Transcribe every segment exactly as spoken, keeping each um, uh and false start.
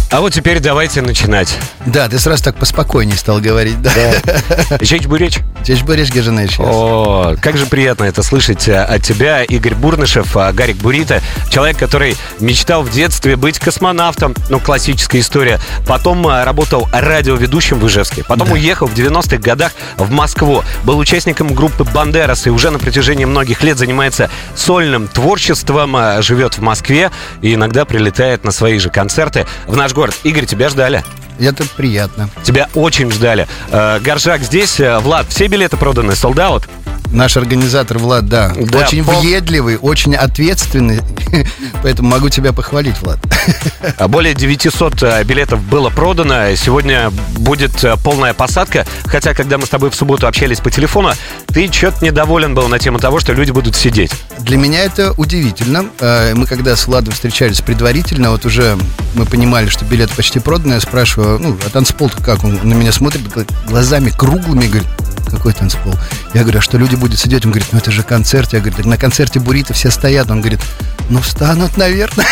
А вот теперь давайте начинать. Да, ты сразу так поспокойнее стал говорить, да? Чечбуреч? Чечбуреч, Гажаневич. О, как же приятно это слышать от тебя, Игорь Бурнышев, Гарик Бурито. Человек, который мечтал в детстве быть космонавтом, ну, классическая история. Потом работал радиоведущим в Ижевске. Потом да. уехал в девяностых годах в Москву. Был участником группы «Бандерас» и уже на протяжении многих лет занимается сольным творчеством. Живет в Москве и иногда прилетает на свои же концерты в наш город. Игорь, тебя ждали. Это приятно. Тебя очень ждали. Горжак здесь. Влад, все билеты проданы, sold out? Наш организатор Влад, да, да очень пол... въедливый, очень ответственный. Поэтому могу тебя похвалить, Влад. Более девятьсот билетов было продано. Сегодня будет полная посадка. Хотя, когда мы с тобой в субботу общались по телефону, ты что-то недоволен был на тему того, что люди будут сидеть. Для меня это удивительно. Мы когда с Владом встречались предварительно, вот уже мы понимали, что билет почти продан. Я спрашиваю, ну, а танцпол-то как? Он на меня смотрит глазами круглыми, говорит: какой танцпол? Я говорю: а что люди будут сидеть? Он говорит: ну это же концерт. Я говорю: на концерте Бурито все стоят. Он говорит: ну встанут, наверное.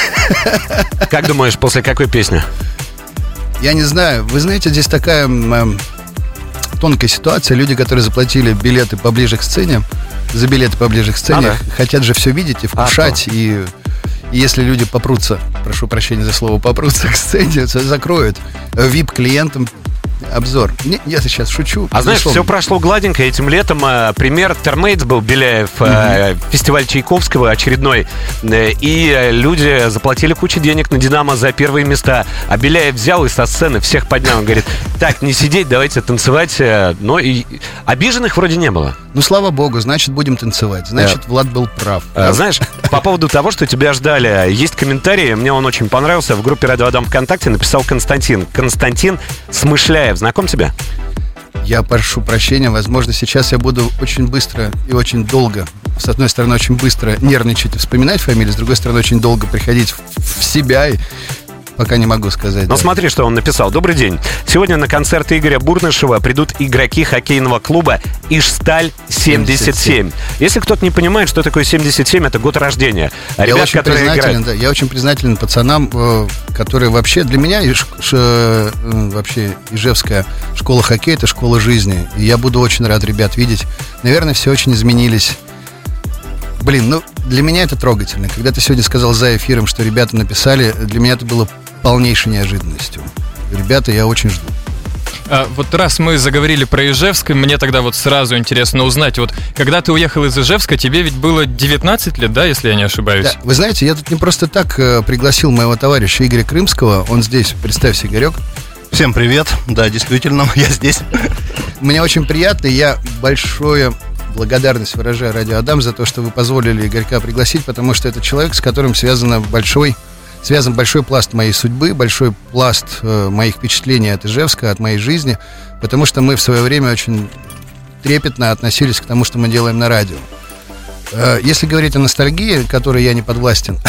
Как думаешь, после какой песни? Я не знаю. Вы знаете, здесь такая э, тонкая ситуация. Люди, которые заплатили билеты поближе к сцене, за билеты поближе к сцене, а, да. хотят же все видеть и вкушать. А, и, и если люди попрутся, прошу прощения за слово, попрутся к сцене, закроют ви ай пи-клиентам обзор. Не, я сейчас шучу. А знаешь, все прошло гладенько. Этим летом э, пример Термейтс был, Беляев, э, mm-hmm. фестиваль Чайковского очередной. Э, и э, люди заплатили кучу денег на «Динамо» за первые места. А Беляев взял и со сцены всех поднял. Он говорит: так, не сидеть, давайте танцевать. Э, но и обиженных вроде не было. Ну, слава богу, значит, будем танцевать. Значит, yeah. Влад был прав. Э, знаешь, по поводу того, что тебя ждали, есть комментарий, мне он очень понравился. В группе «Радио Адам» ВКонтакте написал Константин. Константин Смышляев. Знаком тебе? Я прошу прощения, возможно, сейчас я буду очень быстро и очень долго, с одной стороны, очень быстро нервничать и вспоминать фамилию, с другой стороны, очень долго приходить в, в себя, и пока не могу сказать. Но да. смотри, что он написал. Добрый день. Сегодня на концерт Игоря Бурнышева придут игроки хоккейного клуба «Ижсталь семьдесят семь». Если кто-то не понимает, что такое семьдесят семь, это год рождения. Я Ребят, очень признателен, да, я очень признателен пацанам, которые вообще для меня ш, ш, вообще Ижевская школа хоккея — это школа жизни. И я буду очень рад ребят видеть. Наверное, все очень изменились. Блин, ну для меня это трогательно. Когда ты сегодня сказал за эфиром, что ребята написали, для меня это было полнейшей неожиданностью. Ребята, я очень жду. А, вот раз мы заговорили про Ижевск, мне тогда вот сразу интересно узнать, вот когда ты уехал из Ижевска, тебе ведь было девятнадцать лет, да, если я не ошибаюсь? Да, вы знаете, я тут не просто так э, пригласил моего товарища Игоря Крымского. Он здесь, представься, Игорек. Всем привет, да, действительно, я здесь. Мне очень приятно, я большое благодарность выражаю Радио Адам за то, что вы позволили Игорька пригласить, потому что это человек, с которым связано большой Связан большой пласт моей судьбы, большой пласт э, моих впечатлений от Ижевска, от моей жизни, потому что мы в свое время очень трепетно относились к тому, что мы делаем на радио. Э, если говорить о ностальгии, которой я не подвластен,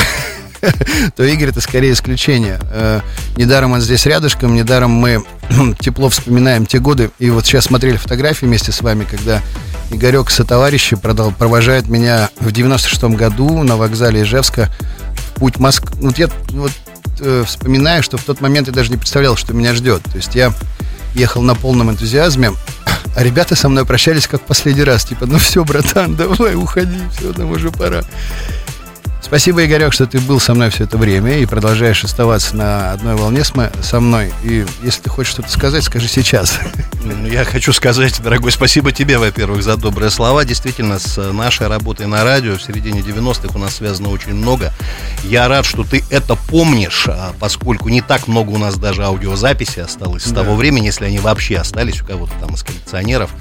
то Игорь — это скорее исключение. Э, недаром он здесь рядышком, недаром мы тепло вспоминаем те годы. И вот сейчас смотрели фотографии вместе с вами, когда Игорек сотоварищи провожает меня в девяносто шестом году на вокзале Ижевска путь в Москву. Вот я вот, э, вспоминаю, что в тот момент я даже не представлял, что меня ждет. То есть я ехал на полном энтузиазме, а ребята со мной прощались как в последний раз. Типа: ну все, братан, давай, уходи, все, нам уже пора. Спасибо, Игорек, что ты был со мной все это время и продолжаешь оставаться на одной волне со мной. И если ты хочешь что-то сказать, скажи сейчас. Я хочу сказать, дорогой, спасибо тебе, во-первых, за добрые слова. Действительно, с нашей работой на радио в середине девяностых у нас связано очень много. Я рад, что ты это помнишь, поскольку не так много у нас даже аудиозаписи осталось с да. того времени, если они вообще остались у кого-то там из коллекционеров.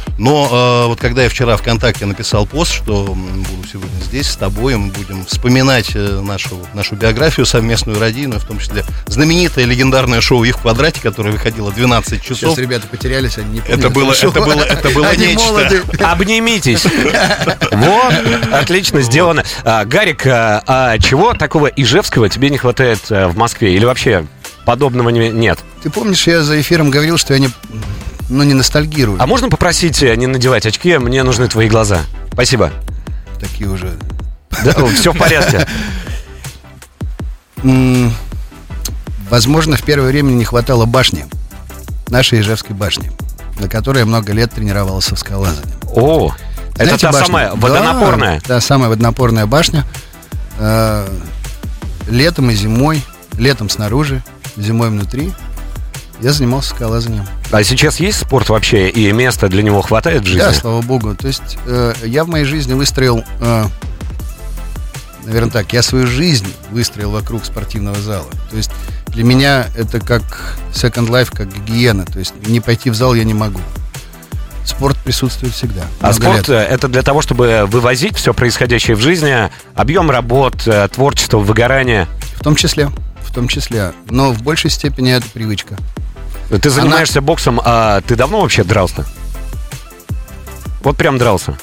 Но э, вот когда я вчера ВКонтакте написал пост, что буду сегодня здесь с тобой, мы будем вспоминать нашу, нашу биографию совместную, родийную, в том числе знаменитое легендарное шоу «И в квадрате», которое выходило двенадцать часов. Сейчас ребята потерялись, они не помнят. Это было, это было, это было нечто. Обнимитесь. Вот, отлично сделано. а, Гарик, а, а чего такого ижевского тебе не хватает в Москве? Или вообще подобного нет? Ты помнишь, я за эфиром говорил, что я не... Ну, не ностальгирую. А можно попросить не надевать очки? Мне нужны твои глаза. Спасибо. Такие уже. Да, все в порядке. Возможно, в первое время не хватало башни, нашей Ижевской башни, на которой я много лет тренировался в скалолазании. О, Знаете, это та башня? самая водонапорная? Да, та самая водонапорная башня. Э, летом и зимой, летом снаружи, зимой внутри я занимался скалолазанием. А сейчас есть спорт вообще, и места для него хватает в жизни? Да, слава богу. То есть э, я в моей жизни выстроил, э, наверное так, я свою жизнь выстроил вокруг спортивного зала. То есть для меня это как second life, как гигиена. То есть не пойти в зал я не могу. Спорт присутствует всегда. А Много спорт лет. это для того, чтобы вывозить все происходящее в жизни, объем работ, творчество, выгорание. В том числе, в том числе. Но в большей степени это привычка. Ты занимаешься Она... боксом, а ты давно вообще дрался? Вот прям дрался.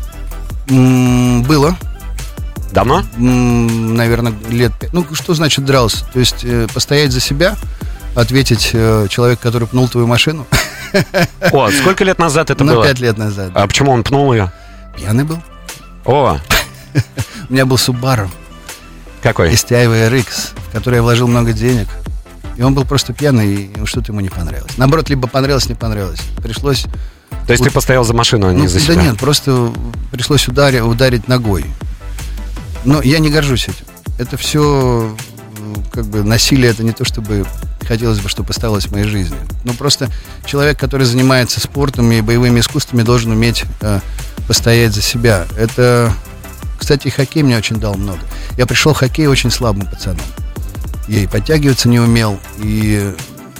М-м, было. Давно? М-м, наверное, лет пять. Ну, что значит дрался? То есть э, постоять за себя, ответить э, человеку, который пнул твою машину. О, сколько лет назад это ну, было? Ну, пять лет назад. А почему он пнул ее? Пьяный был. О! У меня был Subaru. Какой? эс ти ай ви ар икс, в который я вложил много денег. И он был просто пьяный, и что-то ему не понравилось. Наоборот, либо понравилось, не понравилось. Пришлось... То есть вот... ты постоял за машину, а не ну, за себя? Да нет, просто пришлось ударить, ударить ногой. Но я не горжусь этим. Это все, как бы, насилие, это не то, чтобы хотелось бы, чтобы осталось в моей жизни. Но просто человек, который занимается спортом и боевыми искусствами, должен уметь э, постоять за себя. Это, кстати, хоккей мне очень дал много. Я пришел в хоккей очень слабым пацаном. Я и подтягиваться не умел, и,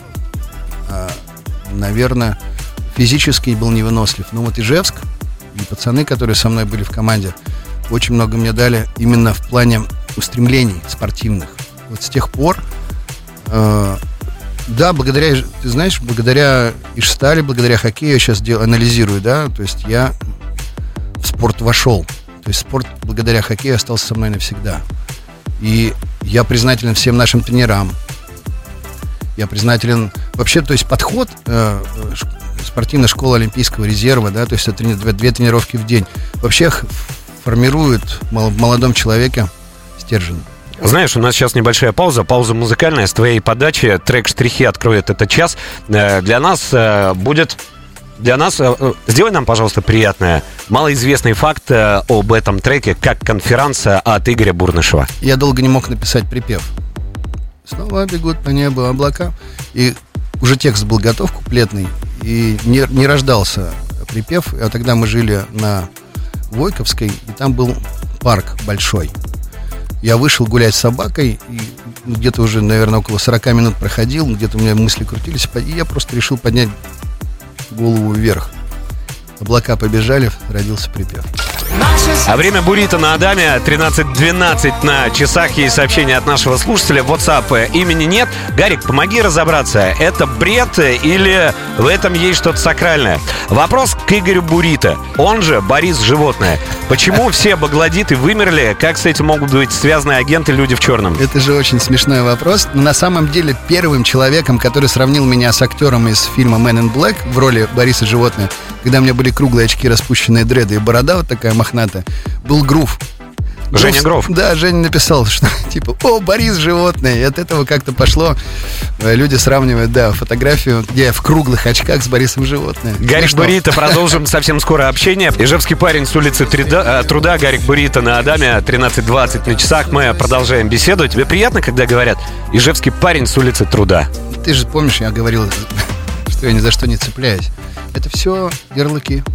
э, наверное, физически был невынослив. Но вот Ижевск и пацаны, которые со мной были в команде, очень много мне дали именно в плане устремлений спортивных. Вот с тех пор, э, да, благодаря, ты знаешь, благодаря Ижстали, благодаря хоккею я сейчас дел, анализирую, да, то есть я в спорт вошел. То есть спорт благодаря хоккею остался со мной навсегда. И я признателен всем нашим тренерам. Я признателен вообще, то есть подход э, спортивной школы Олимпийского резерва, да, то есть это две, две тренировки в день. Вообще формирует в молодом человеке стержень. Знаешь, у нас сейчас небольшая пауза, пауза музыкальная. С твоей подачи трек «Штрихи» откроет этот час. Для нас будет... Для нас... Сделай нам, пожалуйста, приятное. Малоизвестный факт об этом треке, как конферанс от Игоря Бурнышева. Я долго не мог написать припев. Снова бегут по небу облака. И уже текст был готов, куплетный. И не, не рождался припев. А тогда мы жили на Войковской, и там был парк большой. Я вышел гулять с собакой, и где-то уже, наверное, около сорок минут проходил, где-то у меня мысли крутились, и я просто решил поднять голову вверх. Облака побежали, родился припев. А время буррито на Адаме тринадцать двенадцать на часах. Есть сообщение от нашего слушателя. WhatsApp имени нет. Гарик, помоги разобраться, это бред или в этом есть что-то сакральное? Вопрос к Игорю Бурито. Он же Борис Животное. Почему все баглодиты вымерли? Как с этим могут быть связаны агенты, люди в черном? Это же очень смешной вопрос. Но на самом деле первым человеком, который сравнил меня с актером из фильма Man in Black в роли Бориса Животное, когда у меня были круглые очки, распущенные дреды и борода вот такая мохнатая, был Грув. Женя Гров. Да, Женя написал, что типа, о, Борис Животное. И от этого как-то пошло. Люди сравнивают, да, фотографию, где я в круглых очках с Борисом Животное. Гарик Бурито, продолжим совсем скоро общение. Ижевский парень с улицы Труда, Гарик Бурито на Адаме, тринадцать двадцать на часах. Мы продолжаем беседу. Тебе приятно, когда говорят «Ижевский парень с улицы Труда»? Ты же помнишь, я говорил, что я ни за что не цепляюсь. Это все ярлыки.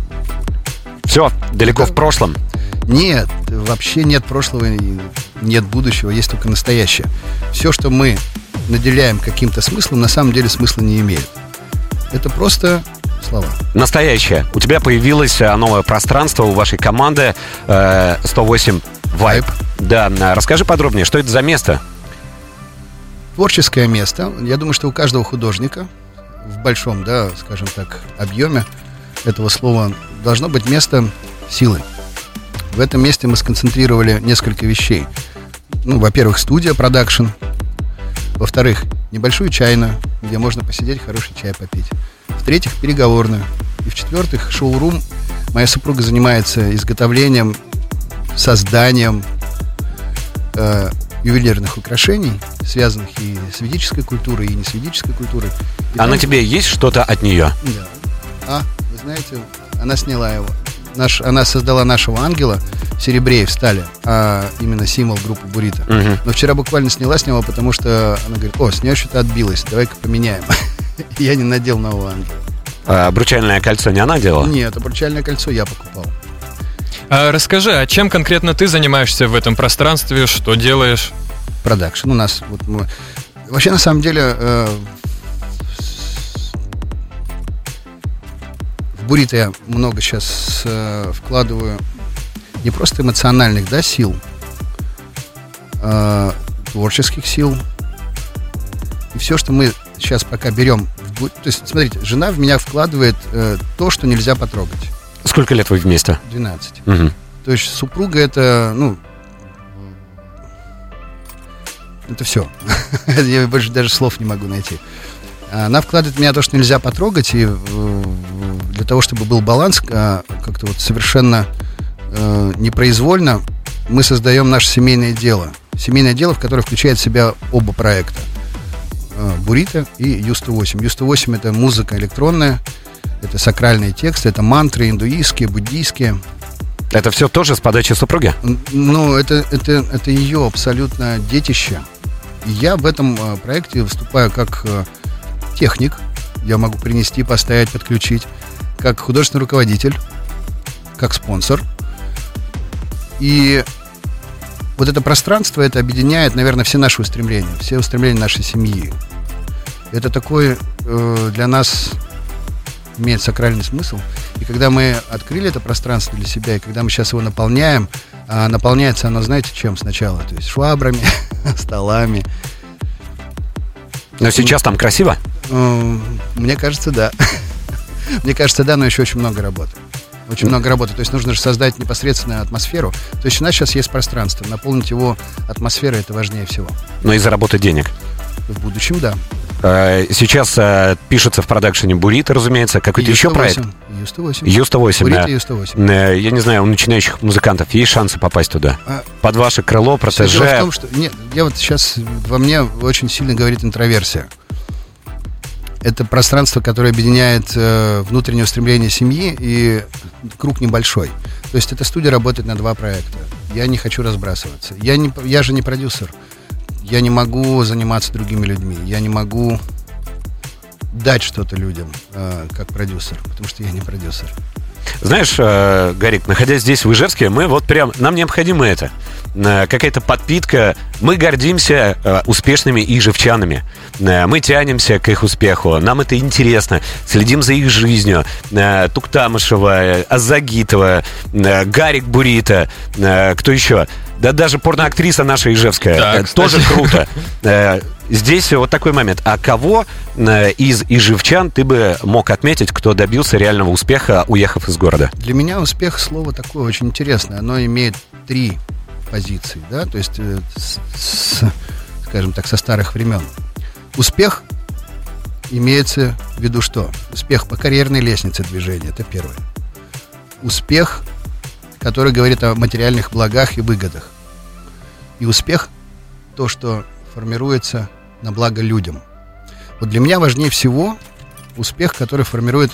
Все, далеко да. в прошлом. Нет, вообще нет прошлого, нет будущего, есть только настоящее. Все, что мы наделяем каким-то смыслом, на самом деле смысла не имеет. Это просто слова. Настоящее. У тебя появилось новое пространство у вашей команды э, сто восемь Vibe. Да, расскажи подробнее, что это за место? Творческое место. Я думаю, что у каждого художника в большом, да, скажем так, объеме этого слова должно быть место силы. В этом месте мы сконцентрировали несколько вещей. Ну, во-первых, студия, продакшн. Во-вторых, небольшую чайную, где можно посидеть, хороший чай попить. В-третьих, переговорную. И в-четвертых, шоурум. Моя супруга занимается изготовлением, созданием, э, ювелирных украшений, связанных и с ведической культурой, и не с ведической культурой. И А там- на тебе есть что-то от нее? Да. А, вы знаете, она сняла его. Наш, она создала нашего ангела в серебре и в стали, а именно символ группы Бурито. Мгм. Но вчера буквально сняла с него, потому что она говорит: о, с нее что-то отбилось, давай-ка поменяем. Я не надел нового ангела. А, обручальное кольцо не она делала? Нет, обручальное кольцо я покупал. А расскажи, а чем конкретно ты занимаешься в этом пространстве, что делаешь? Продакшн у нас. Вот мы... Вообще, на самом деле, э, в Бурито я много сейчас э, вкладываю не просто эмоциональных, да, сил, а творческих сил. И все, что мы сейчас пока берем в Бу- то есть, смотрите, жена в меня вкладывает э, то, что нельзя потрогать. Сколько лет вы вместе? двенадцать. Мгм. То есть супруга это, ну, это все. Я больше даже слов не могу найти. Она вкладывает в меня то, что нельзя потрогать, и э, для того, чтобы был баланс, э, как-то вот совершенно э, непроизвольно мы создаем наше семейное дело. Семейное дело, в которое включает в себя оба проекта. Э, Бурито и Ю сто восемь. Ю сто восемь это музыка электронная, это сакральные тексты, это мантры индуистские, буддийские. Это все тоже с подачи супруги? Н- Ну, это, это, это ее абсолютно детище. И я в этом э, проекте выступаю как э, техник. Я могу принести, поставить, подключить. Как художественный руководитель. Как спонсор. И вот это пространство, это объединяет, наверное, все наши устремления. Все устремления нашей семьи. Это такой э, для нас имеет сакральный смысл. И когда мы открыли это пространство для себя, и когда мы сейчас его наполняем, а наполняется оно, знаете, чем сначала? То есть швабрами, столами. Но сейчас там красиво? М, Мне кажется, да. Мне кажется, да, но еще очень много работы. Очень много работы. То есть нужно же создать непосредственную атмосферу. То есть у нас сейчас есть пространство. Наполнить его атмосферой — это важнее всего. Но и заработать денег. В будущем, да. Э, Сейчас э, пишется в продакшене Бурито, разумеется. Какой-то Ю еще сто проект? восемь. Ю сто восемь. Ю сто восемь. Бурито да. Ю сто восемь. Э, Я не знаю, у начинающих музыкантов есть шансы попасть туда? А, Под ваше крыло, Всё дело в протеже. том, что... Нет, я вот сейчас... Во мне очень сильно говорит интроверсия. Это пространство, которое объединяет э, внутреннее устремление семьи, и круг небольшой. То есть эта студия работает на два проекта. Я не хочу разбрасываться. Я, не, я же не продюсер. Я не могу заниматься другими людьми. Я не могу дать что-то людям, э, как продюсер, потому что я не продюсер. Знаешь, э, Гарик, находясь здесь, в Ижевске, мы вот прям, нам необходимо это. Э, Какая-то подпитка. Мы гордимся э, успешными ижевчанами. Э, Мы тянемся к их успеху. Нам это интересно. Следим за их жизнью. Э, Туктамышева, э, Азагитова, э, Гарик Бурито. э, Кто еще? Да даже порноактриса наша ижевская. Да, Э, Тоже кстати. круто. Э, Здесь вот такой момент. А кого э, из ижевчан ты бы мог отметить, кто добился реального успеха, уехав из города? Для меня успех — слово такое очень интересное. Оно имеет три позиции, да, то есть, э, с- с, скажем так, со старых времен. Успех имеется в виду что? Успех по карьерной лестнице движения, это первое. Успех, который говорит о материальных благах и выгодах. И успех — то, что формируется на благо людям. Вот для меня важнее всего успех, который формирует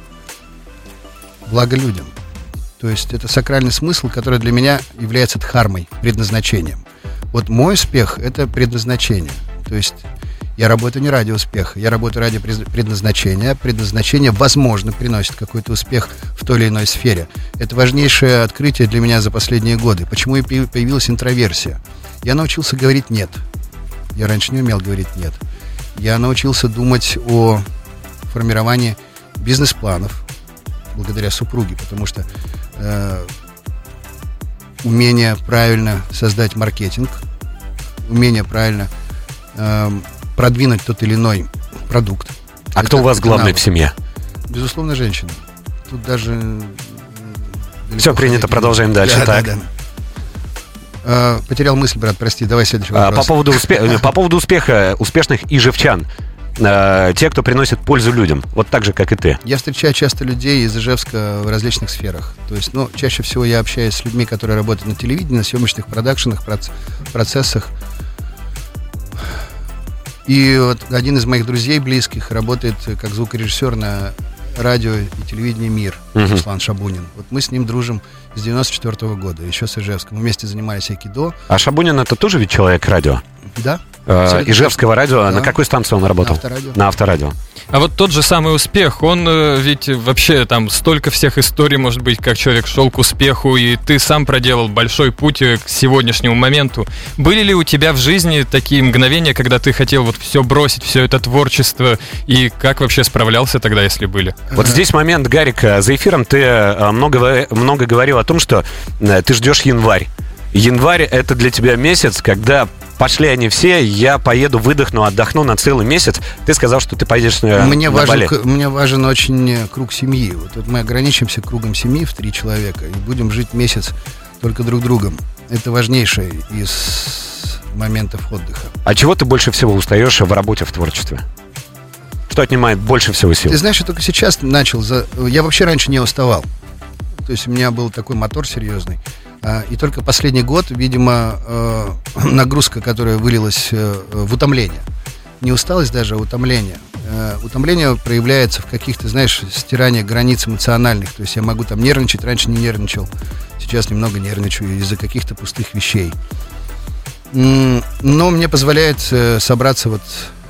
благо людям. То есть это сакральный смысл, который для меня является дхармой, предназначением. Вот мой успех — это предназначение. То есть я работаю не ради успеха, я работаю ради през- предназначения. Предназначение, возможно, приносит какой-то успех в той или иной сфере. Это важнейшее открытие для меня за последние годы. Почему и пи- появилась интроверсия? Я научился говорить «нет». Я раньше не умел говорить «нет». Я научился думать о формировании бизнес-планов благодаря супруге, потому что э, умение правильно создать маркетинг, умение правильно э, продвинуть тот или иной продукт. А Это- кто у вас это главный навык. в семье? Безусловно, женщина. Тут даже... м, далеко Всё принято, ходить не продолжаем нужно. дальше, Да, так. да, да. Э, потерял мысль, брат, прости, давай следующий А, вопрос. По поводу, успе- по поводу успеха успешных ижевчан. э, те, кто приносит пользу людям, вот так же, как и ты. Я встречаю часто людей из Ижевска в различных сферах. То есть, ну, чаще всего я общаюсь с людьми, которые работают на телевидении, на съемочных продакшенах, проц- процессах. И вот один из моих друзей близких работает как звукорежиссер на радио и телевидении «Мир», Мгм. Руслан Шабунин. Вот мы с ним дружим с девяносто четвёртого года, еще с Ижевска. Мы вместе занимались айкидо. А Шабунин — это тоже ведь человек радио? Да. Э, Абсолютно. Ижевского радио. Да. На какой станции он работал? На Авторадио. На Авторадио. А вот тот же самый успех, он э, ведь вообще там столько всех историй, может быть, как человек шел к успеху, и ты сам проделал большой путь э, к сегодняшнему моменту. Были ли у тебя в жизни такие мгновения, когда ты хотел вот все бросить, все это творчество, и как вообще справлялся тогда, если были? Вот здесь момент, Гарик, э, за эфиром ты э, много, много говорил о том, что э, ты ждешь январь. Январь — это для тебя месяц, когда пошли они все, я поеду, выдохну, отдохну на целый месяц. Ты сказал, что ты поедешь э, Мне на важен, Бали. к- мне важен очень круг семьи. Вот, вот мы ограничимся кругом семьи в три человека и будем жить месяц только друг другом. Это важнейшее из моментов отдыха. А чего ты больше всего устаешь в работе, в творчестве? Что отнимает больше всего сил? Ты знаешь, я только сейчас начал. За... Я вообще раньше не уставал. То есть у меня был такой мотор серьезный. А, И только последний год, видимо, э, нагрузка, которая вылилась э, в утомление. Не усталость даже, а утомление. Э, Утомление проявляется в каких-то, знаешь, стираниях границ эмоциональных. То есть я могу там нервничать, раньше не нервничал. Сейчас немного нервничаю из-за каких-то пустых вещей. М, Но мне позволяет э, собраться вот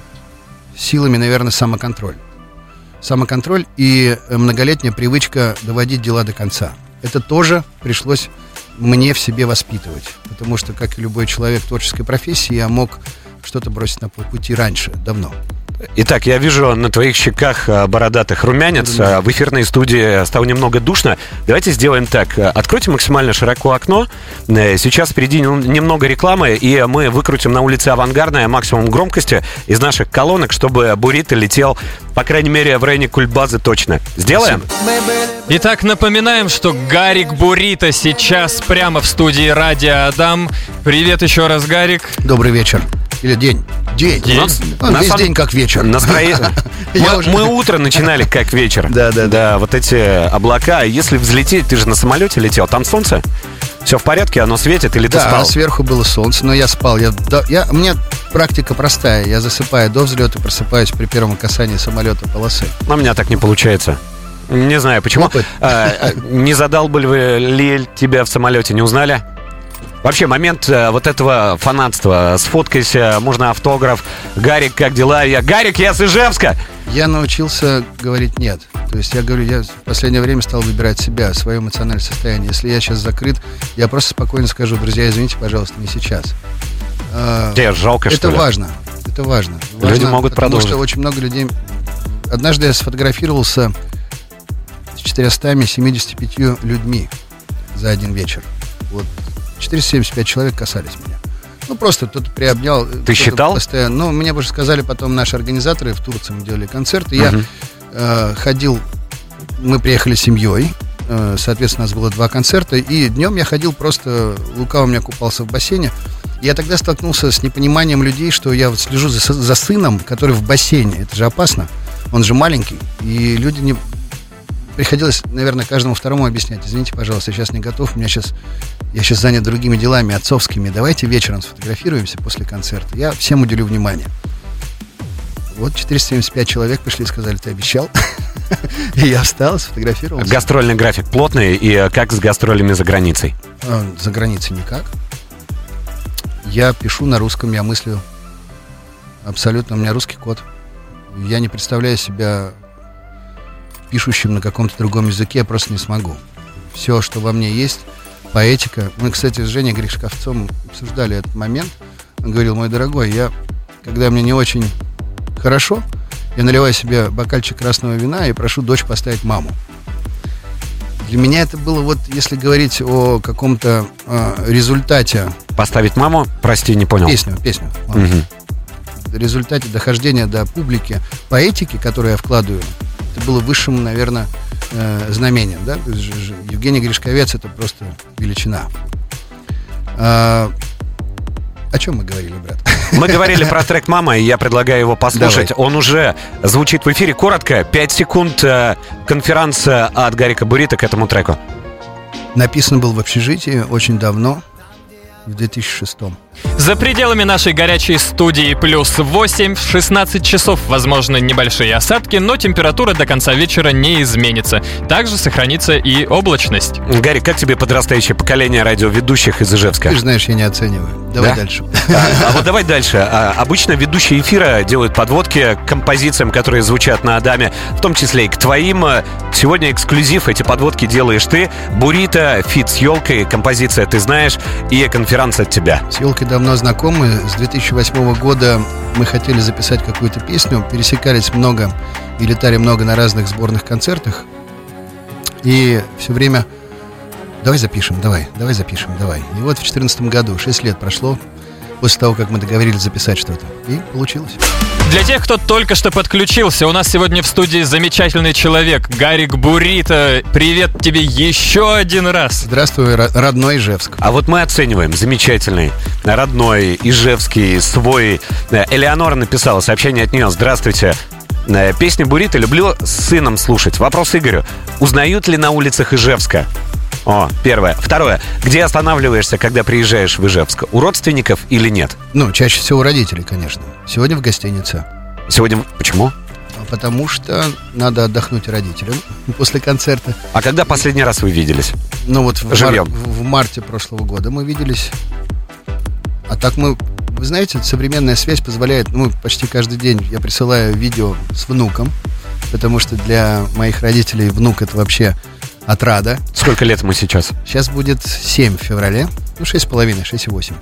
силами, наверное, самоконтроль. Самоконтроль и э, многолетняя привычка доводить дела до конца. Это тоже пришлось мне в себе воспитывать. Потому что, как и любой человек в творческой профессии, я мог что-то бросить на полпути раньше, давно. Итак, я вижу на твоих щеках а, бородатых румянец. А, В эфирной студии стало немного душно. Давайте сделаем так. А, Откройте максимально широко окно. Э, Сейчас впереди нем- немного рекламы, и мы выкрутим на улице Авангардная максимум громкости из наших колонок, чтобы Бурито летел, по крайней мере, в районе Кульбазы точно. Сделаем? Итак, напоминаем, что Гарик Бурито сейчас прямо в студии Радио Адам. Привет еще раз, Гарик. Добрый вечер. Или день. День. День. Ну, ну, На весь самом- день как вечер. Настроение. Я Мы, уже- мы утро начинали как вечер. Да, да, Да, вот эти облака. Если взлететь, ты же на самолете летел, там солнце. Все в порядке, оно светит, или ты Да, спал? сверху было солнце, но я спал. Я, да, я, у меня практика простая. Я засыпаю до взлета, просыпаюсь при первом касании самолета полосы. Но у меня так не получается. Не знаю, почему. Опыт. А, а, не задалбывали ли тебя в самолете, не узнали? Вообще, момент а, вот этого фанатства. Сфоткайся, можно автограф. Гарик, как дела? Я, Гарик, я с Ижевска! Я научился говорить «нет». То есть я говорю, я в последнее время стал выбирать себя, свое эмоциональное состояние. Если я сейчас закрыт, я просто спокойно скажу: друзья, извините, пожалуйста, не сейчас. А, Тебе жалко, Это что ли? важно. Это важно. Люди Важно, могут потому продолжить. что очень много людей... Однажды я сфотографировался с четырьмястами семидесятью пятью людьми за один вечер. Вот четыреста семьдесят пять человек касались меня. Ну, просто кто-то приобнял. кто-то считал? Постоянно. Ну, мне уже сказали потом наши организаторы, в Турции мы делали концерты. Я Мгм. э, ходил, мы приехали с семьей, э, соответственно, у нас было два концерта, и днем я ходил просто, Лука у меня купался в бассейне. Я тогда столкнулся с непониманием людей, что я вот слежу за, с- за сыном, который в бассейне. Это же опасно. Он же маленький. И люди не... Приходилось, наверное, каждому второму объяснять: извините, пожалуйста, я сейчас не готов, у меня сейчас... Я сейчас занят другими делами, отцовскими. Давайте вечером сфотографируемся после концерта. Я всем уделю внимание. Вот четыреста семьдесят пять человек пришли и сказали: ты обещал? И я встал, сфотографировался. Гастрольный график плотный, и э, как с гастролями за границей? А, За границей никак. Я пишу на русском, я мыслю абсолютно, у меня русский код. Я не представляю себя пишущим на каком-то другом языке, я просто не смогу. Все, что во мне есть, поэтика. Мы, кстати, с Женей Гришковцом обсуждали этот момент. Он говорил: мой дорогой, я, когда мне не очень хорошо, я наливаю себе бокальчик красного вина и прошу дочь поставить маму. Для меня это было, вот если говорить о каком-то э, результате, Поставить маму? Прости, не понял. песню, песню, ладно, Мгм. результате дохождения до публики, поэтики, которую я вкладываю, это было высшим, наверное, э, знамением, да? То есть же- же Евгений Гришковец — это просто величина. А, о чем мы говорили, брат? Мы говорили про трек «Мама», и я предлагаю его послушать. Давай. Он уже звучит в эфире. Коротко, пять секунд э, конференция от Гарика Бурита к этому треку. Написан был в общежитии очень давно, в две тысячи шестом. За пределами нашей горячей студии плюс восемь, в шестнадцать часов возможны небольшие осадки, но температура до конца вечера не изменится. Также сохранится и облачность. Гарик, как тебе подрастающее поколение радиоведущих из Ижевска? Ты же знаешь, я не оцениваю. Давай Да? дальше. А, а вот давай дальше. А, обычно ведущие эфира делают подводки к композициям, которые звучат на Адаме, в том числе и к твоим. Сегодня эксклюзив. Эти подводки делаешь ты. Бурита, фит с елкой, композиция «Ты знаешь» и конференция от тебя. С елкой давно знакомы. С две тысячи восьмого года мы хотели записать какую-то песню. Пересекались много и летали много на разных сборных концертах. И все время... Давай запишем, давай, давай запишем, давай. И вот в две тысячи четырнадцатом году, шесть лет прошло после того, как мы договорились записать что-то. И получилось. Для тех, кто только что подключился, у нас сегодня в студии замечательный человек, Гарик Бурита. Привет тебе еще один раз. Здравствуй, ро- родной Ижевск. А вот мы оцениваем замечательный, родной, ижевский, свой. Элеонора написала сообщение от нее. Здравствуйте. Песни Бурита люблю с сыном слушать. Вопрос Игорю. Узнают ли на улицах Ижевска? О, первое. Второе. Где останавливаешься, когда приезжаешь в Ижевск? У родственников или нет? Ну, чаще всего у родителей, конечно. Сегодня в гостинице. Сегодня... Почему? Потому что надо отдохнуть родителям после концерта. А когда последний раз вы виделись? Ну вот в, мар- Живьем. в марте прошлого года мы виделись. А так мы... Вы знаете, современная связь позволяет... Ну, почти каждый день я присылаю видео с внуком. Потому что для моих родителей внук — это вообще отрада. Сколько лет ему сейчас? Сейчас будет семь в феврале. Ну, шесть с половиной, шесть и восемь.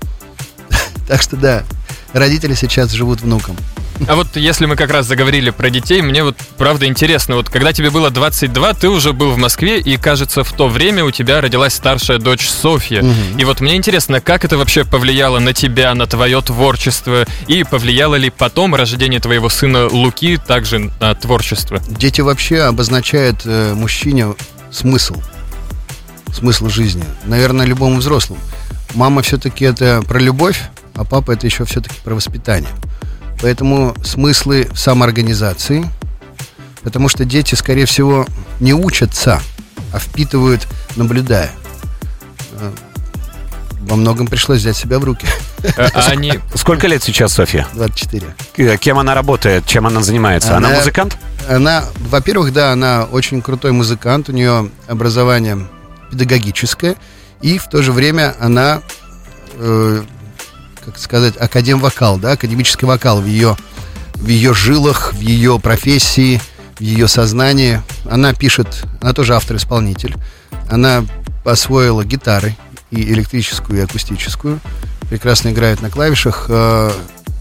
Так что да, родители сейчас живут внуком. А вот если мы как раз заговорили про детей, мне вот правда интересно, вот когда тебе было двадцать два, ты уже был в Москве, и, кажется, в то время у тебя родилась старшая дочь Софья. Мгм. И вот мне интересно, как это вообще повлияло на тебя, на твое творчество, и повлияло ли потом рождение твоего сына Луки также на творчество? Дети вообще обозначают э, мужчине смысл. Смысл жизни. Наверное, любому взрослому. Мама все-таки это про любовь, а папа это еще все-таки про воспитание. Поэтому смыслы в самоорганизации. Потому что дети, скорее всего, не учатся, а впитывают, наблюдая. Э, Во многом пришлось взять себя в руки. А а они... Сколько лет сейчас Софья? двадцать четыре. К- Кем она работает? Чем она занимается? Она, Она- музыкант? Она, во-первых, да, она очень крутой музыкант. У нее образование педагогическое. И в то же время она, э, как сказать, академ-вокал, да, академический вокал в ее, в ее жилах, в ее профессии, в ее сознании. Она пишет, она тоже автор-исполнитель. Она освоила гитары, и электрическую, и акустическую. Прекрасно играет на клавишах. Э,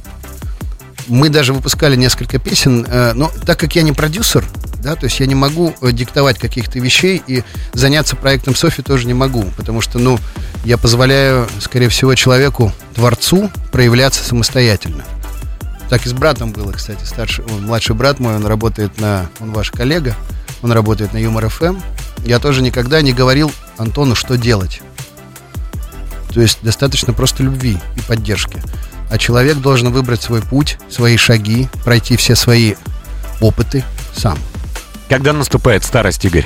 Мы даже выпускали несколько песен, э, но так как я не продюсер, да, то есть я не могу э, диктовать каких-то вещей, и заняться проектом Софи тоже не могу, потому что, ну, я позволяю, скорее всего, человеку, творцу, проявляться самостоятельно. Так и с братом было, кстати, старший, он, младший брат мой, он работает на, он ваш коллега, он работает на Юмор эф эм. Я тоже никогда не говорил Антону, что делать. То есть достаточно просто любви и поддержки. А человек должен выбрать свой путь, свои шаги, пройти все свои опыты сам. Когда наступает старость, Игорь?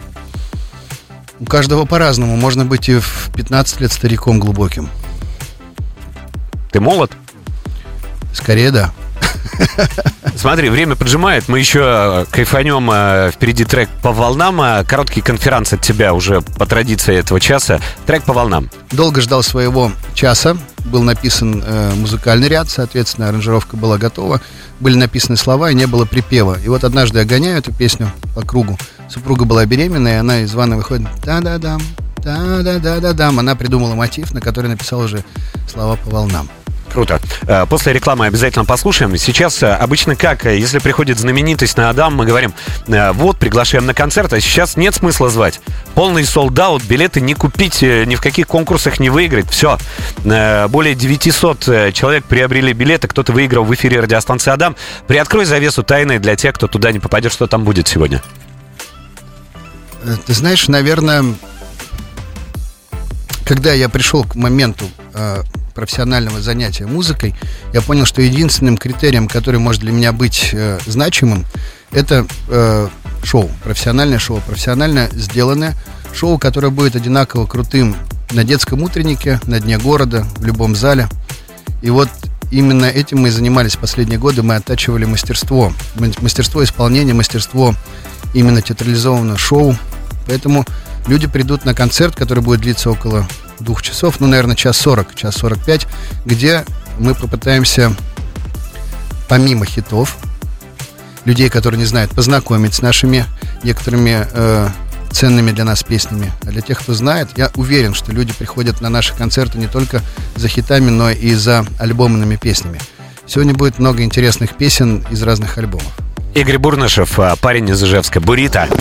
У каждого по-разному. Можно быть и в пятнадцать лет стариком глубоким. Ты молод? Скорее, да. Смотри, время поджимает, мы еще кайфанем, э, впереди трек по волнам, э, короткий конферанс от тебя уже по традиции этого часа, трек по волнам. Долго ждал своего часа. Был написан э, музыкальный ряд, соответственно, аранжировка была готова. Были написаны слова, и не было припева. И вот однажды я гоняю эту песню по кругу. Супруга была беременная, и она из ванны выходит: да-да-дам, да-да-да-да-дам. Она придумала мотив, на который написала уже слова по волнам. Круто. Э, После рекламы обязательно послушаем. Сейчас э, обычно как, э, если приходит знаменитость на Адам, мы говорим, э, вот, приглашаем на концерт, а сейчас нет смысла звать. Полный солд-аут, билеты не купить, э, ни в каких конкурсах не выиграть. Все. Э, Более девятьсот э, человек приобрели билеты, кто-то выиграл в эфире радиостанции Адам. Приоткрой завесу тайны для тех, кто туда не попадет, что там будет сегодня. Э, Ты знаешь, наверное, когда я пришел к моменту э, профессионального занятия музыкой, я понял, что единственным критерием, который может для меня быть э, значимым, это э, шоу, профессиональное шоу, профессионально сделанное шоу, которое будет одинаково крутым на детском утреннике, на дне города, в любом зале. И вот именно этим мы и занимались последние годы. Мы оттачивали мастерство, мастерство исполнения, мастерство именно театрализованного шоу. Поэтому люди придут на концерт, который будет длиться около двух часов, ну, наверное, час сорок, час сорок пять, где мы попытаемся, помимо хитов, людей, которые не знают, познакомить с нашими некоторыми э, ценными для нас песнями. А для тех, кто знает, я уверен, что люди приходят на наши концерты не только за хитами, но и за альбомными песнями. Сегодня будет много интересных песен из разных альбомов. Игорь Бурнышев, парень из Ижевска, Бурито.